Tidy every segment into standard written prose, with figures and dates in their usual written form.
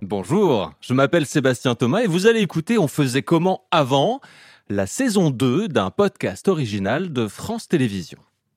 Bonjour, je m'appelle Sébastien Thomas et vous allez écouter On faisait comment avant, la saison 2 d'un podcast original de France Télévisions.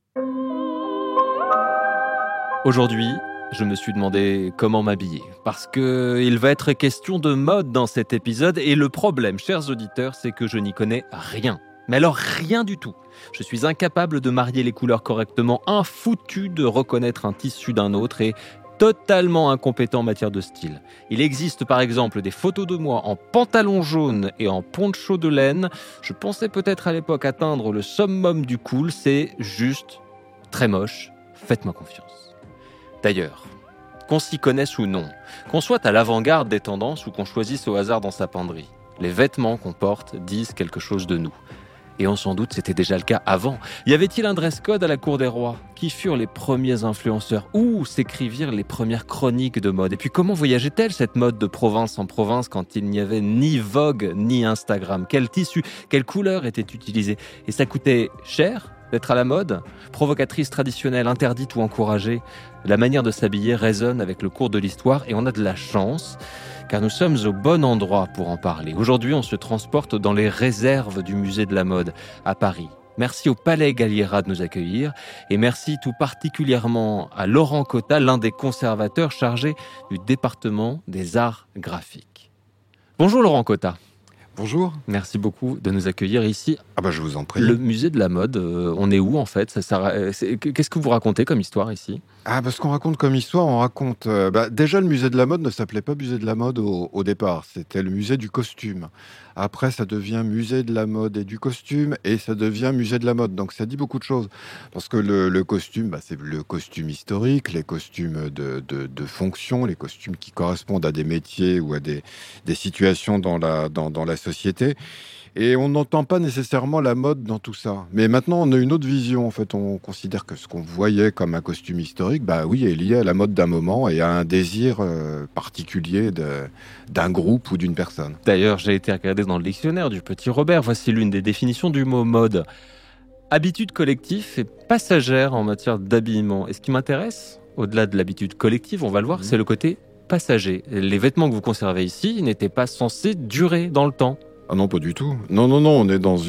Aujourd'hui, je me suis demandé comment m'habiller, parce qu'il va être question de mode dans cet épisode et le problème, chers auditeurs, c'est que je n'y connais rien. Mais alors rien du tout. Je suis incapable de marier les couleurs correctement, infoutu de reconnaître un tissu d'un autre et totalement incompétent en matière de style. Il existe par exemple des photos de moi en pantalon jaune et en poncho de laine. Je pensais peut-être à l'époque atteindre le summum du cool, c'est juste très moche. Faites-moi confiance. D'ailleurs, qu'on s'y connaisse ou non, qu'on soit à l'avant-garde des tendances ou qu'on choisisse au hasard dans sa penderie, les vêtements qu'on porte disent quelque chose de nous. Et on s'en doute, c'était déjà le cas avant. Y avait-il un dress code à la cour des rois? Qui furent les premiers influenceurs? Où s'écrivirent les premières chroniques de mode? Et puis comment voyageait-elle cette mode de province en province quand il n'y avait ni Vogue ni Instagram? Quel tissu, quelle couleur était utilisée? Et ça coûtait cher d'être à la mode? Provocatrice, traditionnelle, interdite ou encouragée? La manière de s'habiller résonne avec le cours de l'histoire et on a de la chance car nous sommes au bon endroit pour en parler. Aujourd'hui, on se transporte dans les réserves du musée de la mode à Paris. Merci au Palais Galliera de nous accueillir et merci tout particulièrement à Laurent Cotta, l'un des conservateurs chargés du département des arts graphiques. Bonjour Laurent Cotta. Bonjour. Merci beaucoup de nous accueillir ici. Je vous en prie. Le musée de la mode, on est où en fait? Qu'est-ce que vous racontez comme histoire ici? Ce qu'on raconte comme histoire, on raconte... déjà, le musée de la mode ne s'appelait pas musée de la mode au départ. C'était le musée du costume. Après, ça devient musée de la mode et du costume et ça devient musée de la mode. Donc, ça dit beaucoup de choses. Parce que le costume, c'est le costume historique, les costumes de fonction, les costumes qui correspondent à des métiers ou à des situations dans la société. Et on n'entend pas nécessairement la mode dans tout ça. Mais maintenant, on a une autre vision. En fait, on considère que ce qu'on voyait comme un costume historique, est lié à la mode d'un moment et à un désir particulier d'un groupe ou d'une personne. D'ailleurs, j'ai été regardé dans le dictionnaire du Petit Robert. Voici l'une des définitions du mot mode. Habitude collective et passagère en matière d'habillement. Et ce qui m'intéresse, au-delà de l'habitude collective, on va le voir, c'est le côté passager. Les vêtements que vous conservez ici n'étaient pas censés durer dans le temps. Ah non, pas du tout. Non, on est dans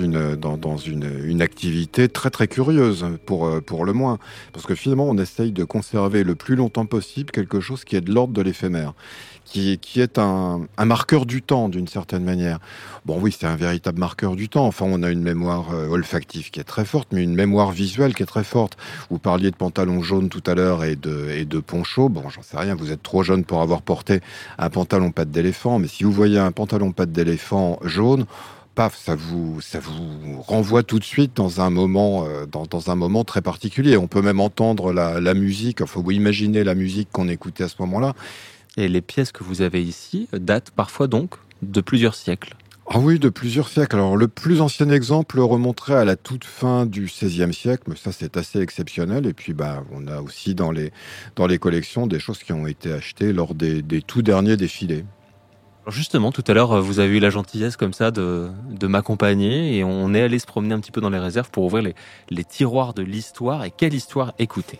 une activité très très curieuse, pour le moins. Parce que finalement, on essaye de conserver le plus longtemps possible quelque chose qui est de l'ordre de l'éphémère, qui est un marqueur du temps, d'une certaine manière. Bon oui, c'est un véritable marqueur du temps. Enfin, on a une mémoire olfactive qui est très forte, mais une mémoire visuelle qui est très forte. Vous parliez de pantalon jaune tout à l'heure et de poncho. Bon, j'en sais rien, vous êtes trop jeune pour avoir porté un pantalon patte d'éléphant, mais si vous voyez un pantalon patte d'éléphant jaune, paf, ça vous renvoie tout de suite dans un moment, dans un moment très particulier. On peut même entendre la musique, vous imaginez la musique qu'on écoutait à ce moment-là. Et les pièces que vous avez ici datent parfois donc de plusieurs siècles. Ah oui, de plusieurs siècles. Alors, le plus ancien exemple remonterait à la toute fin du XVIe siècle, mais ça, c'est assez exceptionnel. Et puis, on a aussi dans les collections des choses qui ont été achetées lors des tout derniers défilés. Alors justement, tout à l'heure, vous avez eu la gentillesse comme ça de m'accompagner et on est allé se promener un petit peu dans les réserves pour ouvrir les tiroirs de l'histoire. Et quelle histoire écouter?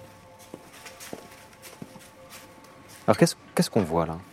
Alors, qu'est-ce qu'on voit là?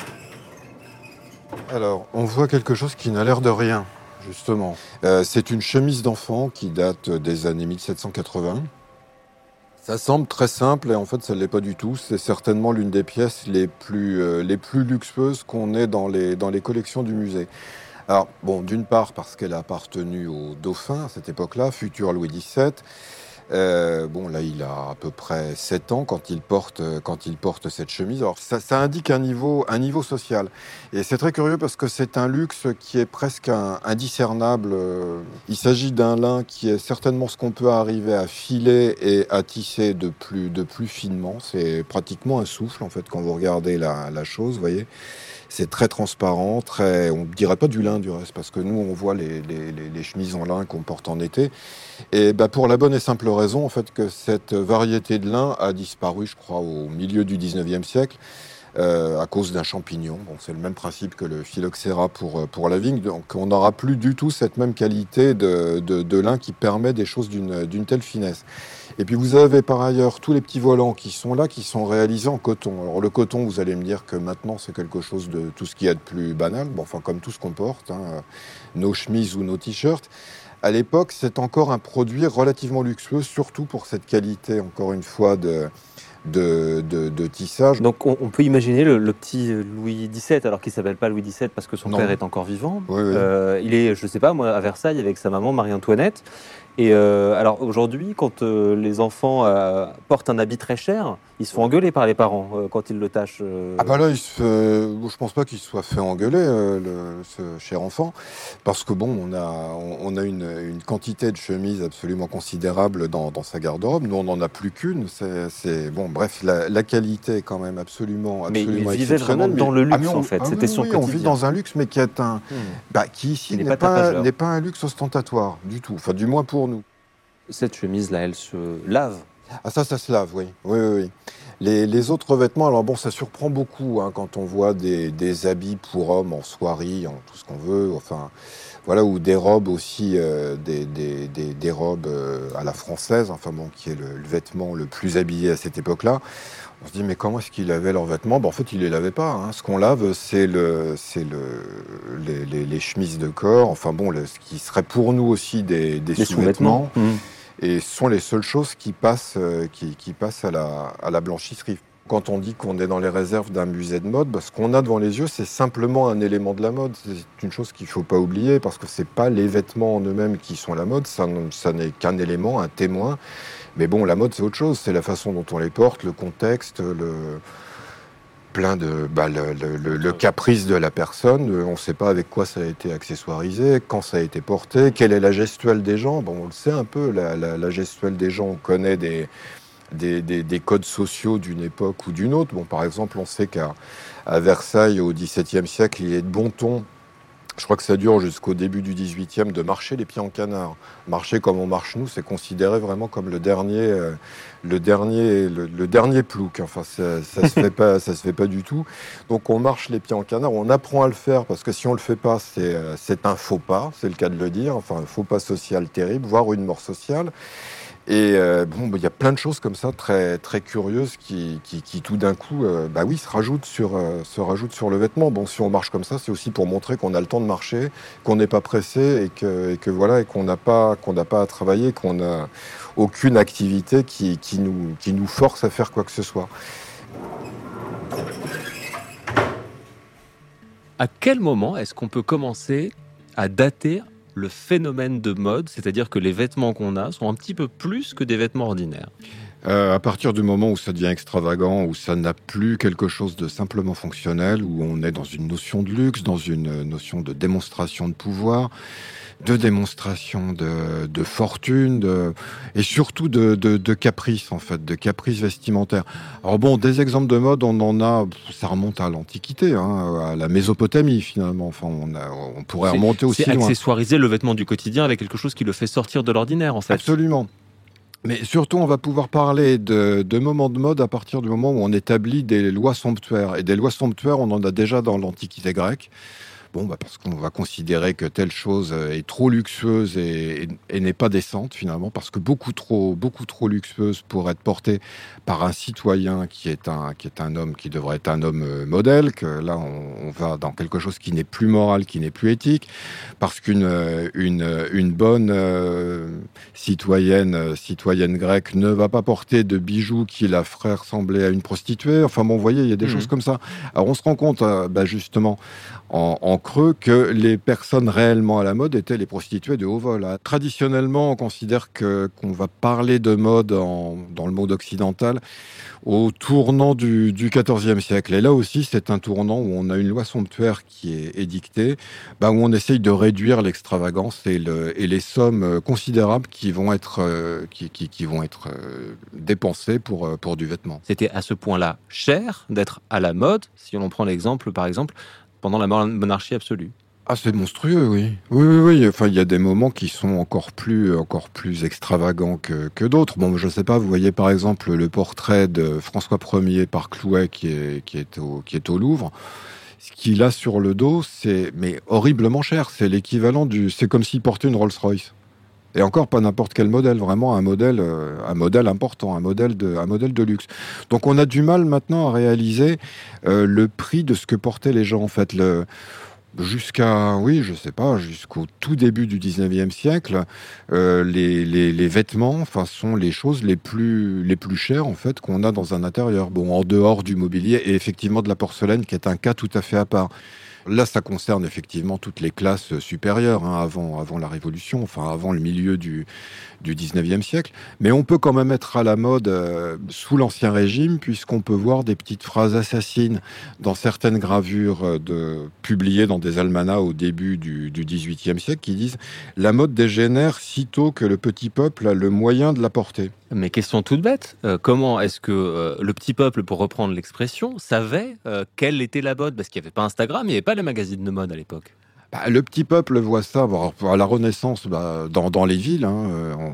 Alors, on voit quelque chose qui n'a l'air de rien, justement. C'est une chemise d'enfant qui date des années 1780. Ça semble très simple et en fait, ça ne l'est pas du tout. C'est certainement l'une des pièces les plus luxueuses qu'on ait dans les collections du musée. Alors, bon, d'une part parce qu'elle a appartenu au dauphin à cette époque-là, futur Louis XVII. Là, il a à peu près 7 ans quand il porte cette chemise. Alors, ça indique un niveau social. Et c'est très curieux parce que c'est un luxe qui est presque indiscernable. Il s'agit d'un lin qui est certainement ce qu'on peut arriver à filer et à tisser de plus finement. C'est pratiquement un souffle, en fait, quand vous regardez la chose, vous voyez. C'est très transparent, on ne dirait pas du lin du reste, parce que nous, on voit les chemises en lin qu'on porte en été. Et pour la bonne et simple raison, en fait, que cette variété de lin a disparu, je crois, au milieu du 19e siècle. à cause d'un champignon. Bon, c'est le même principe que le phylloxéra pour la vigne. Donc on n'aura plus du tout cette même qualité de lin qui permet des choses d'une telle finesse. Et puis vous avez par ailleurs tous les petits volants qui sont là, qui sont réalisés en coton. Alors le coton, vous allez me dire que maintenant c'est quelque chose de tout ce qu'il y a de plus banal, bon, enfin comme tout ce qu'on porte, nos chemises ou nos t-shirts. À l'époque, c'est encore un produit relativement luxueux, surtout pour cette qualité, encore une fois, de tissage. Donc on peut imaginer le petit Louis XVII, alors qu'il ne s'appelle pas Louis XVII parce que son père est encore vivant. Oui, oui. Il est, je ne sais pas moi, à Versailles avec sa maman Marie-Antoinette. Et alors aujourd'hui, quand les enfants portent un habit très cher, ils se font engueuler par les parents quand ils le tâchent. Ah bah là, je pense pas qu'il se soit fait engueuler, ce cher enfant, parce que bon, on a une quantité de chemises absolument considérable dans sa garde-robe. Nous, on n'en a plus qu'une. C'est bon, bref, la qualité est quand même absolument mais il vivait exceptionnelle. vraiment dans le luxe en fait. C'était son quotidien. On vit dans un luxe, mais qui est qui ici n'est pas un luxe ostentatoire du tout. Enfin, du moins pour nous. Cette chemise-là, elle se lave. Ah ça se lave, oui. Oui. Les autres vêtements, alors bon, ça surprend beaucoup quand on voit des habits pour hommes en soierie, en tout ce qu'on veut, enfin, voilà, ou des robes aussi, des robes à la française, enfin bon, qui est le vêtement le plus habillé à cette époque-là. On se dit, mais comment est-ce qu'ils lavaient leurs vêtements ? En fait, ils les lavaient pas. Ce qu'on lave, c'est les chemises de corps, enfin bon, ce qui serait pour nous aussi des sous-vêtements. Et ce sont les seules choses qui passent à la blanchisserie. Quand on dit qu'on est dans les réserves d'un musée de mode, ce qu'on a devant les yeux, c'est simplement un élément de la mode. C'est une chose qu'il ne faut pas oublier, parce que ce n'est pas les vêtements en eux-mêmes qui sont la mode, ça n'est qu'un élément, un témoin. Mais bon, la mode, c'est autre chose. C'est la façon dont on les porte, le contexte, le caprice de la personne. On ne sait pas avec quoi ça a été accessoirisé, quand ça a été porté, quelle est la gestuelle des gens. Bon, on le sait un peu, la gestuelle des gens. On connaît des codes sociaux d'une époque ou d'une autre. Bon, par exemple, on sait qu'à Versailles, au XVIIe siècle, il est de bon ton. Je crois que ça dure jusqu'au début du XVIIIe, de marcher les pieds en canard. Marcher comme on marche nous, c'est considéré vraiment comme le dernier plouc. Enfin, ça se fait pas du tout. Donc on marche les pieds en canard, on apprend à le faire, parce que si on le fait pas, c'est un faux pas, c'est le cas de le dire. Enfin, un faux pas social terrible, voire une mort sociale. Et il y a plein de choses comme ça très très curieuses qui tout d'un coup se rajoutent sur le vêtement. Bon, si on marche comme ça, c'est aussi pour montrer qu'on a le temps de marcher, qu'on n'est pas pressé et que voilà, et qu'on n'a pas à travailler, qu'on n'a aucune activité qui nous force à faire quoi que ce soit. À quel moment est-ce qu'on peut commencer à dater le phénomène de mode, c'est-à-dire que les vêtements qu'on a sont un petit peu plus que des vêtements ordinaires? À partir du moment où ça devient extravagant, où ça n'a plus quelque chose de simplement fonctionnel, où on est dans une notion de luxe, dans une notion de démonstration de pouvoir, de démonstration de fortune, et surtout de caprice, en fait, de caprice vestimentaire. Alors bon, des exemples de mode, on en a, ça remonte à l'Antiquité, à la Mésopotamie finalement. Enfin, on pourrait remonter aussi loin. C'est accessoiriser le vêtement du quotidien avec quelque chose qui le fait sortir de l'ordinaire, en fait. Absolument. Mais surtout, on va pouvoir parler de moments de mode à partir du moment où on établit des lois somptuaires. Et des lois somptuaires, on en a déjà dans l'Antiquité grecque. Parce qu'on va considérer que telle chose est trop luxueuse et n'est pas décente finalement, parce que beaucoup trop luxueuse pour être portée par un citoyen qui est un homme qui devrait être un homme modèle, que là on va dans quelque chose qui n'est plus moral, qui n'est plus éthique, parce qu'une bonne citoyenne grecque ne va pas porter de bijoux qui la feraient ressembler à une prostituée. Enfin bon, vous voyez, il y a des choses comme ça. Alors on se rend compte justement en creux que les personnes réellement à la mode étaient les prostituées de haut vol. Traditionnellement, on considère qu'on va parler de mode dans le monde occidental au tournant du XIVe siècle. Et là aussi, c'est un tournant où on a une loi somptuaire qui est édictée, où on essaye de réduire l'extravagance et les sommes considérables qui vont être dépensées pour du vêtement. C'était à ce point-là cher d'être à la mode, si on prend l'exemple, par exemple, pendant la monarchie absolue. Ah, c'est monstrueux, oui. Oui. Enfin, il y a des moments qui sont encore plus extravagants que d'autres. Bon, je sais pas, vous voyez par exemple le portrait de François Ier par Clouet qui est au Louvre. Ce qu'il a sur le dos, c'est mais horriblement cher. C'est l'équivalent c'est comme s'il portait une Rolls-Royce. Et encore pas n'importe quel modèle, vraiment un modèle important, un modèle de luxe. Donc on a du mal maintenant à réaliser le prix de ce que portaient les gens en fait. Oui, je sais pas, jusqu'au tout début du 19e siècle, les vêtements, enfin, sont les choses les plus chères, en fait, qu'on a dans un intérieur. Bon, en dehors du mobilier et effectivement de la porcelaine, qui est un cas tout à fait à part. Là, ça concerne effectivement toutes les classes supérieures, hein, avant la Révolution, enfin, avant le milieu du 19e siècle. Mais on peut quand même être à la mode sous l'Ancien Régime, puisqu'on peut voir des petites phrases assassines dans certaines gravures publiées dans des almanachs au début du 18e siècle qui disent « La mode dégénère sitôt que le petit peuple a le moyen de la porter ». Mais question toute bête, comment est-ce que le petit peuple, pour reprendre l'expression, savait quelle était la mode? Parce qu'il n'y avait pas Instagram, il n'y avait pas les magazines de mode à l'époque. Le petit peuple voit ça. Bon, à la Renaissance, dans les villes, hein,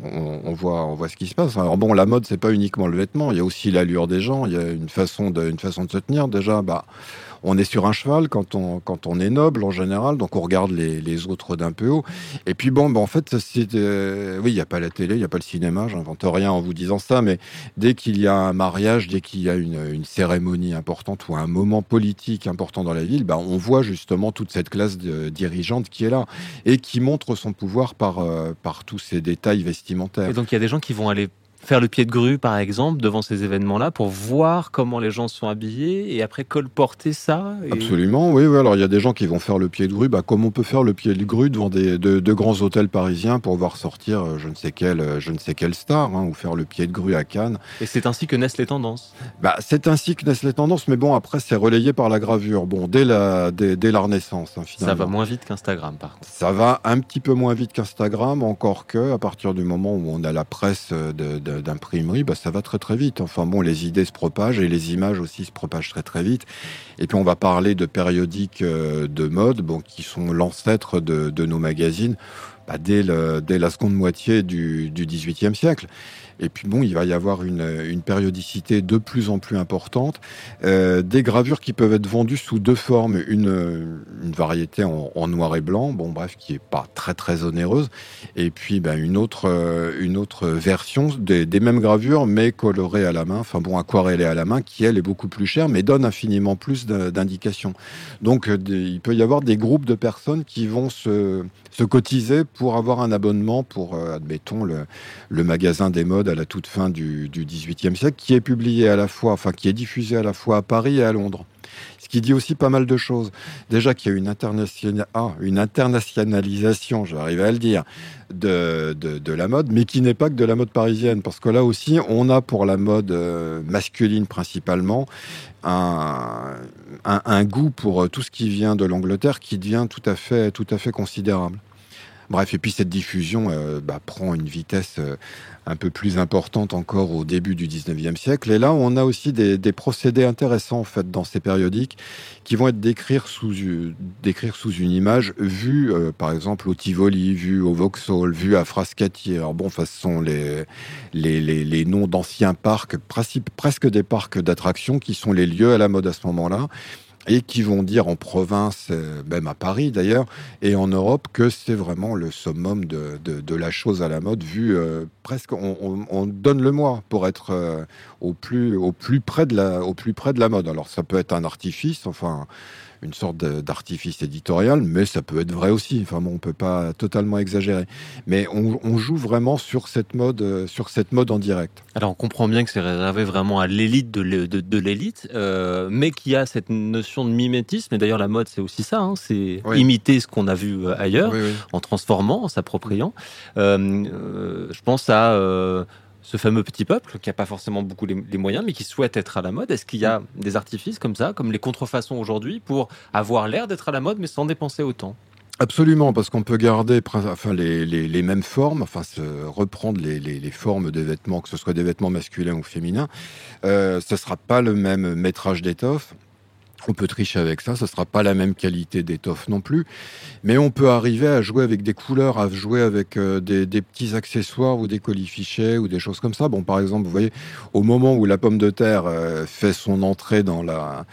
on voit ce qui se passe. Alors bon, la mode, c'est pas uniquement le vêtement. Il y a aussi l'allure des gens. Il y a une façon de se tenir. Déjà, on est sur un cheval quand on est noble en général, donc on regarde les autres d'un peu haut. Et puis en fait, oui, il n'y a pas la télé, il n'y a pas le cinéma. J'invente rien en vous disant ça, mais dès qu'il y a un mariage, dès qu'il y a une cérémonie importante ou un moment politique important dans la ville, on voit justement toute cette classe dirigeante qui est là et qui montre son pouvoir par tous ces détails vestimentaires. Et donc il y a des gens qui vont aller faire le pied de grue, par exemple, devant ces événements-là, pour voir comment les gens sont habillés et après colporter ça. Absolument, oui. Alors il y a des gens qui vont faire le pied de grue, comme on peut faire le pied de grue devant de grands hôtels parisiens pour voir sortir je ne sais quelle star, hein, ou faire le pied de grue à Cannes. Et c'est ainsi que naissent les tendances. C'est ainsi que naissent les tendances, mais après c'est relayé par la gravure. Dès la Renaissance, hein, finalement. Ça va moins vite qu'Instagram, par contre. Ça va un petit peu moins vite qu'Instagram, encore que à partir du moment où on a la presse d'imprimerie, ça va très très vite. Enfin les idées se propagent et les images aussi se propagent très très vite. Et puis on va parler de périodiques de mode, qui sont l'ancêtre de nos magazines dès la seconde moitié du XVIIIe siècle. Et puis il va y avoir une périodicité de plus en plus importante, des gravures qui peuvent être vendues sous deux formes, une variété en noir et blanc, qui est pas très très onéreuse, et puis une autre version des mêmes gravures mais colorée à la main, aquarellée à la main, qui elle est beaucoup plus chère mais donne infiniment plus d'indications. Donc il peut y avoir des groupes de personnes qui vont se cotiser pour avoir un abonnement pour, admettons, le magasin des modes à la toute fin du XVIIIe siècle, qui est publié qui est diffusé à la fois à Paris et à Londres. Ce qui dit aussi pas mal de choses. Déjà qu'il y a une internationalisation, j'arrive à le dire, de la mode, mais qui n'est pas que de la mode parisienne. Parce que là aussi, on a pour la mode masculine principalement un goût pour tout ce qui vient de l'Angleterre qui devient tout à fait considérable. Bref, et puis cette diffusion prend une vitesse un peu plus importante encore au début du 19e siècle. Et là, on a aussi des procédés intéressants en fait dans ces périodiques qui vont être d'écrire sous une image vue, par exemple, au Tivoli, vue au Vauxhall, vue à Frascati. Alors ce sont les noms d'anciens parcs, presque des parcs d'attractions qui sont les lieux à la mode à ce moment-là, et qui vont dire en province, même à Paris d'ailleurs, et en Europe, que c'est vraiment le summum de la chose à la mode, vu presque, on donne le mois pour être au plus près de la mode. Alors ça peut être un artifice, une sorte d'artifice éditorial, mais ça peut être vrai aussi. On peut pas totalement exagérer. Mais on joue vraiment sur cette mode en direct. Alors on comprend bien que c'est réservé vraiment à l'élite de l'élite, mais qu'il y a cette notion de mimétisme. Et d'ailleurs la mode c'est aussi ça, hein, c'est imiter ce qu'on a vu ailleurs, en transformant, en s'appropriant. Je pense à ce fameux petit peuple qui n'a pas forcément beaucoup les moyens, mais qui souhaite être à la mode. Est-ce qu'il y a des artifices comme ça, comme les contrefaçons aujourd'hui, pour avoir l'air d'être à la mode, mais sans dépenser autant ? Absolument, parce qu'on peut garder les mêmes formes, reprendre les formes des vêtements, que ce soit des vêtements masculins ou féminins. Ce ne sera pas le même métrage d'étoffe. On peut tricher avec ça, ça ne sera pas la même qualité d'étoffe non plus, mais on peut arriver à jouer avec des couleurs, à jouer avec des petits accessoires ou des colifichets ou des choses comme ça. Bon, par exemple, vous voyez, au moment où la pomme de terre fait son entrée dans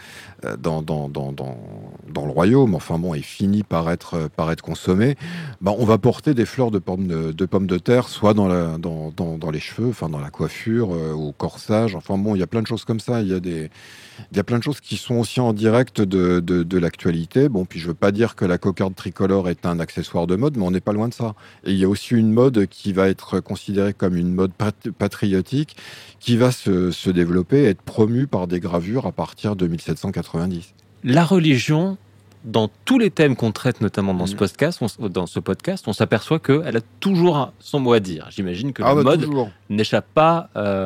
le royaume, enfin bon, et finit par être consommée, on va porter des fleurs de pommes de terre, soit dans les cheveux, enfin dans la coiffure, au corsage, enfin bon, il y a plein de choses comme ça, il y a plein de choses qui sont aussi en direct de l'actualité. Bon, puis je veux pas dire que la cocarde tricolore est un accessoire de mode, mais on n'est pas loin de ça. Et il y a aussi une mode qui va être considérée comme une mode patriotique, qui va se développer, être promue par des gravures à partir de 1790. La religion, dans tous les thèmes qu'on traite, notamment dans ce podcast, on s'aperçoit qu'elle a toujours son mot à dire. J'imagine que la mode n'échappe pas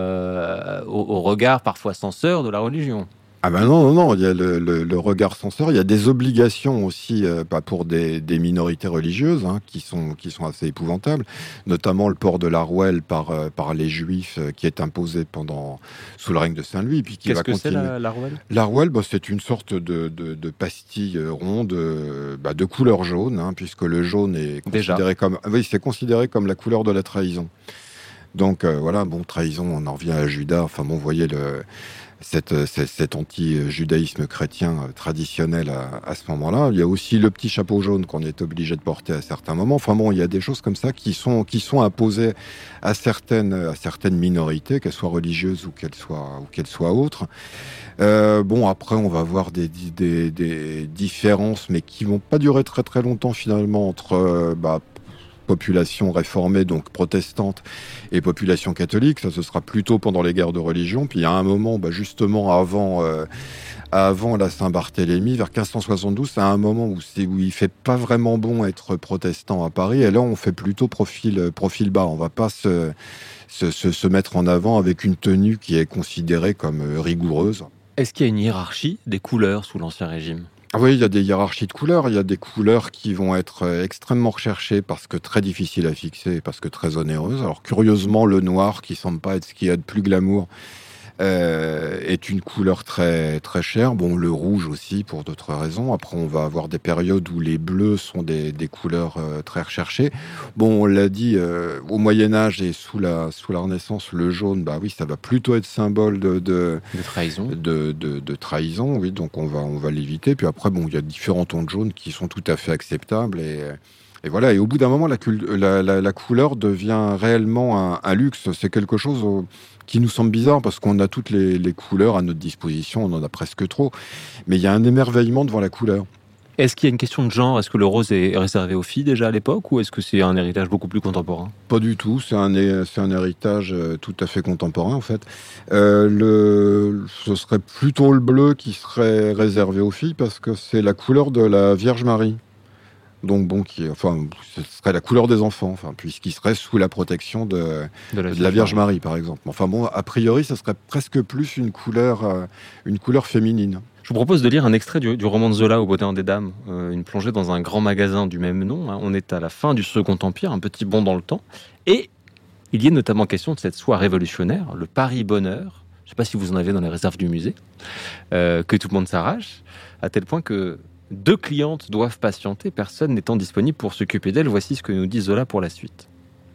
au regard parfois censeur de la religion. Ah ben non, il y a le regard censeur, il y a des obligations aussi pour des minorités religieuses qui sont assez épouvantables, notamment le port de l'arouelle par les Juifs qui est imposé sous le règne de Saint-Louis. Puis qui Qu'est-ce va que continuer. C'est l'arouelle ? L'arouelle, c'est une sorte de pastille ronde de couleur jaune, puisque le jaune est considéré comme la couleur de la trahison. Donc trahison, on en revient à Judas, enfin bon, vous voyez cet anti-judaïsme chrétien traditionnel à ce moment-là. Il y a aussi le petit chapeau jaune qu'on est obligé de porter à certains moments. Enfin bon, il y a des choses comme ça qui sont imposées à certaines minorités, qu'elles soient religieuses ou qu'elles soient autres. Après, on va voir des différences, mais qui vont pas durer très très longtemps finalement entre population réformée, donc protestante, et population catholique. Ça, ce sera plutôt pendant les guerres de religion. Puis il y a un moment, justement avant la Saint-Barthélemy, vers 1572, c'est un moment où il fait pas vraiment bon être protestant à Paris. Et là, on fait plutôt profil bas. On va pas se mettre en avant avec une tenue qui est considérée comme rigoureuse. Est-ce qu'il y a une hiérarchie des couleurs sous l'Ancien Régime ? Oui, il y a des hiérarchies de couleurs. Il y a des couleurs qui vont être extrêmement recherchées parce que très difficiles à fixer, parce que très onéreuses. Alors curieusement, le noir, qui semble pas être ce qu'il y a de plus glamour, est une couleur très très chère. Bon, le rouge aussi pour d'autres raisons. Après, on va avoir des périodes où les bleus sont des couleurs très recherchées. Bon, on l'a dit, au Moyen-Âge et sous la Renaissance, le jaune, ça va plutôt être symbole de trahison. De trahison, oui. Donc on va l'éviter. Puis après, il y a différents tons de jaune qui sont tout à fait acceptables et voilà. Et au bout d'un moment, la couleur devient réellement un luxe. C'est quelque chose qui nous semble bizarre parce qu'on a toutes les couleurs à notre disposition, on en a presque trop. Mais il y a un émerveillement devant la couleur. Est-ce qu'il y a une question de genre ? Est-ce que le rose est réservé aux filles déjà à l'époque ou est-ce que c'est un héritage beaucoup plus contemporain ? Pas du tout, c'est un héritage tout à fait contemporain en fait. Ce serait plutôt le bleu qui serait réservé aux filles parce que c'est la couleur de la Vierge Marie. Donc ce serait la couleur des enfants, puisqu'il serait sous la protection de la Vierge Marie, par exemple. A priori, ça serait presque plus une couleur féminine. Je vous propose de lire un extrait du roman de Zola, Au beau teint des dames, une plongée dans un grand magasin du même nom. On est à la fin du Second Empire, un petit bond dans le temps, et il y est notamment question de cette soie révolutionnaire, le Paris Bonheur. Je ne sais pas si vous en avez dans les réserves du musée, que tout le monde s'arrache, à tel point que 2 clientes doivent patienter, personne n'étant disponible pour s'occuper d'elles. Voici ce que nous dit Zola pour la suite.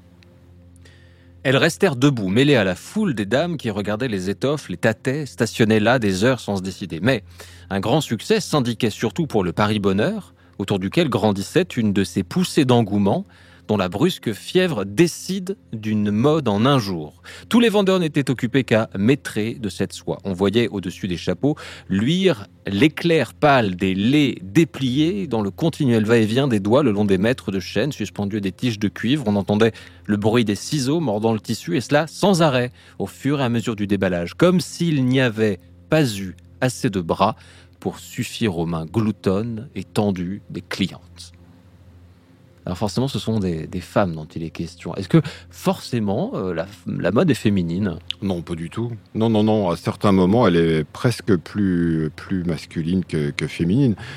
Elles restèrent debout, mêlées à la foule des dames qui regardaient les étoffes, les tâtaient, stationnaient là des heures sans se décider. Mais un grand succès s'indiquait surtout pour le Paris Bonheur, autour duquel grandissait une de ces poussées d'engouement dont la brusque fièvre décide d'une mode en un jour. Tous les vendeurs n'étaient occupés qu'à maîtrer de cette soie. On voyait au-dessus des chapeaux luire l'éclair pâle des laits dépliés dans le continuel va-et-vient des doigts le long des mètres de chaîne suspendus à des tiges de cuivre. On entendait le bruit des ciseaux mordant le tissu, et cela sans arrêt, au fur et à mesure du déballage, comme s'il n'y avait pas eu assez de bras pour suffire aux mains gloutonnes et tendues des clientes. Alors forcément, ce sont des femmes dont il est question. Est-ce que forcément, la mode est féminine ? Non, pas du tout. Non. À certains moments, elle est presque plus masculine que féminine.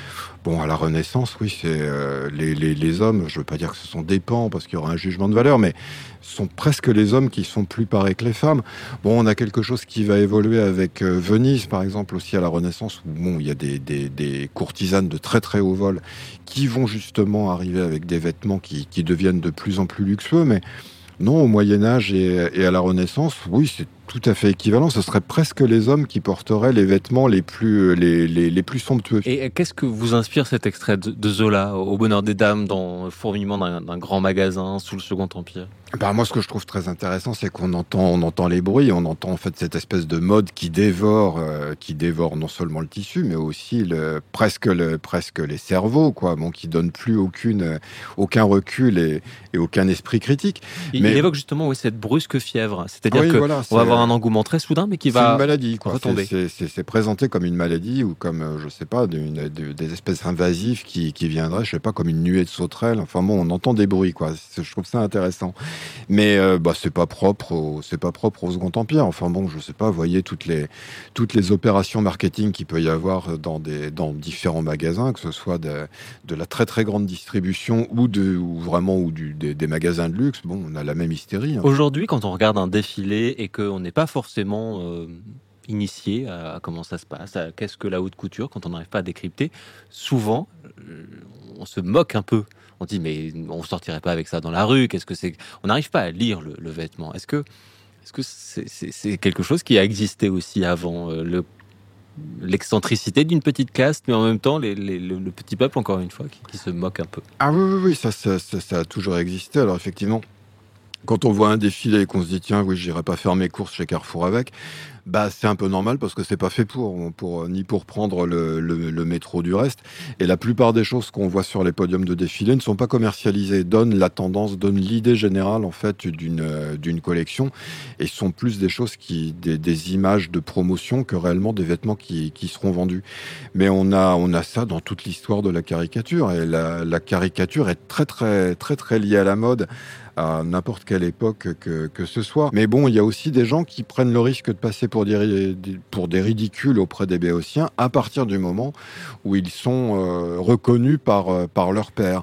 Bon, à la Renaissance, oui, c'est les hommes, je ne veux pas dire que ce sont des pans, parce qu'il y aura un jugement de valeur, mais ce sont presque les hommes qui sont plus pareils que les femmes. Bon, on a quelque chose qui va évoluer avec Venise, par exemple, aussi à la Renaissance, où bon, il y a des courtisanes de très très haut vol qui vont justement arriver avec des vêtements qui deviennent de plus en plus luxueux, mais non, au Moyen-Âge et à la Renaissance, oui, c'est tout à fait équivalent. Ce serait presque les hommes qui porteraient les vêtements les plus somptueux. Et qu'est-ce que vous inspire cet extrait de Zola, au bonheur des dames, dans le fourmillement d'un grand magasin sous le Second Empire ? Moi, ce que je trouve très intéressant, c'est qu'on entend les bruits, on entend en fait cette espèce de mode qui dévore non seulement le tissu, mais aussi presque les cerveaux, quoi. Bon, qui donne plus aucun recul et aucun esprit critique. Il évoque justement cette brusque fièvre, c'est-à-dire qu'on va avoir un engouement très soudain, mais qui va une maladie, quoi. Retomber. C'est présenté comme une maladie ou comme, je sais pas, des espèces invasives qui viendraient, je sais pas, comme une nuée de sauterelles. Enfin bon, on entend des bruits, quoi. Je trouve ça intéressant. Mais c'est pas propre au Second Empire. Enfin bon, je sais pas, vous voyez toutes les opérations marketing qu'il peut y avoir dans différents magasins, que ce soit de la très très grande distribution ou des magasins de luxe. Bon, on a la même hystérie. Aujourd'hui, quand on regarde un défilé et qu'on n'est pas forcément initié à comment ça se passe, à qu'est-ce que la haute couture, quand on n'arrive pas à décrypter, souvent on se moque un peu. On dit mais on sortirait pas avec ça dans la rue. Qu'est-ce que c'est ? On n'arrive pas à lire le vêtement. Est-ce que c'est quelque chose qui a existé aussi avant l'excentricité d'une petite classe, mais en même temps le petit peuple, encore une fois, qui se moque un peu. Ah oui, ça a toujours existé. Alors effectivement, quand on voit un défilé et qu'on se dit tiens, oui, j'irai pas faire mes courses chez Carrefour avec, c'est un peu normal parce que c'est pas fait ni pour prendre le métro du reste. Et la plupart des choses qu'on voit sur les podiums de défilé ne sont pas commercialisées, donnent la tendance, donnent l'idée générale en fait d'une collection, et sont plus des choses des images de promotion que réellement des vêtements qui seront vendus. Mais on a ça dans toute l'histoire de la caricature, et la caricature est très très très très liée à la mode, à n'importe quelle époque que ce soit. Mais bon, il y a aussi des gens qui prennent le risque de passer pour des ridicules auprès des Béotiens à partir du moment où ils sont reconnus par leur père.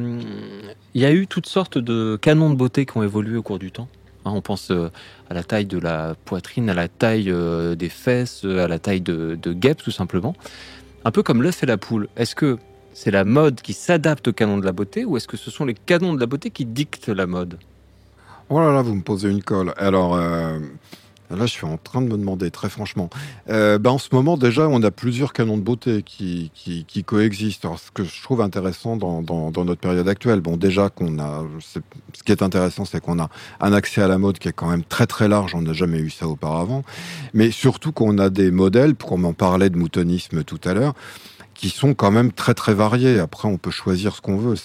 Il y a eu toutes sortes de canons de beauté qui ont évolué au cours du temps. On pense à la taille de la poitrine, à la taille des fesses, à la taille de guêpes, tout simplement. Un peu comme l'œuf et la poule. Est-ce que c'est la mode qui s'adapte aux canons de la beauté, ou est-ce que ce sont les canons de la beauté qui dictent la mode ? Oh là là, vous me posez une colle. Alors, là, je suis en train de me demander, très franchement. En ce moment, déjà, on a plusieurs canons de beauté qui coexistent. Alors, ce que je trouve intéressant dans notre période actuelle, bon, déjà, ce qui est intéressant, c'est qu'on a un accès à la mode qui est quand même très très large. On n'a jamais eu ça auparavant. Mais surtout qu'on a des modèles, comme on parlait de moutonisme tout à l'heure, qui sont quand même très très variés. Après, on peut choisir ce qu'on veut.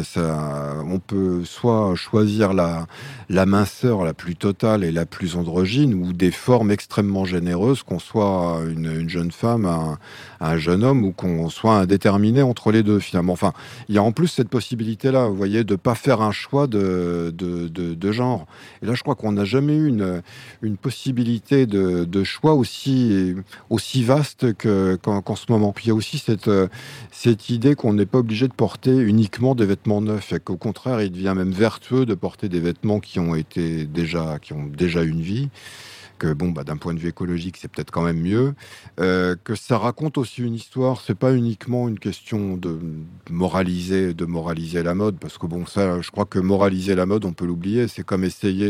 On peut soit choisir la minceur la plus totale et la plus androgyne, ou des formes extrêmement généreuses, qu'on soit une jeune femme, un jeune homme, ou qu'on soit indéterminé entre les deux, finalement. Enfin, il y a en plus cette possibilité-là, vous voyez, de ne pas faire un choix de genre. Et là, je crois qu'on n'a jamais eu une possibilité de choix aussi vaste qu'en ce moment. Puis il y a aussi cette idée qu'on n'est pas obligé de porter uniquement des vêtements neufs, et qu'au contraire, il devient même vertueux de porter des vêtements qui ont déjà une vie, que d'un point de vue écologique, c'est peut-être quand même mieux, que ça raconte aussi une histoire. C'est pas uniquement une question de moraliser la mode, parce que ça, je crois que moraliser la mode, on peut l'oublier. C'est comme essayer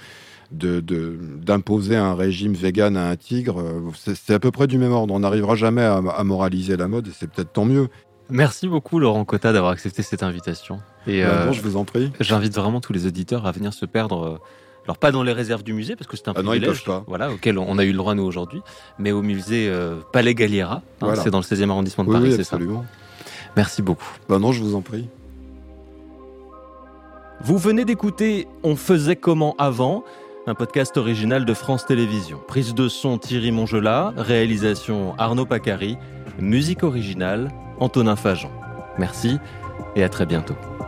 d'imposer un régime vegan à un tigre. C'est à peu près du même ordre. On n'arrivera jamais à moraliser la mode, et c'est peut-être tant mieux. Merci beaucoup Laurent Cotta d'avoir accepté cette invitation. Et je vous en prie. J'invite vraiment tous les auditeurs à venir se perdre, alors pas dans les réserves du musée, parce que c'est un privilège, non, ils peuvent pas. Voilà, auquel on a eu le droit nous aujourd'hui, mais au musée Palais Galliera, voilà. C'est dans le 16e arrondissement de Paris, oui, c'est absolument. Ça. Merci beaucoup. Non, je vous en prie. Vous venez d'écouter On faisait comment avant, un podcast original de France Télévisions. Prise de son Thierry Mongelat, réalisation Arnaud Pacari, musique originale Antonin Fajan. Merci et à très bientôt.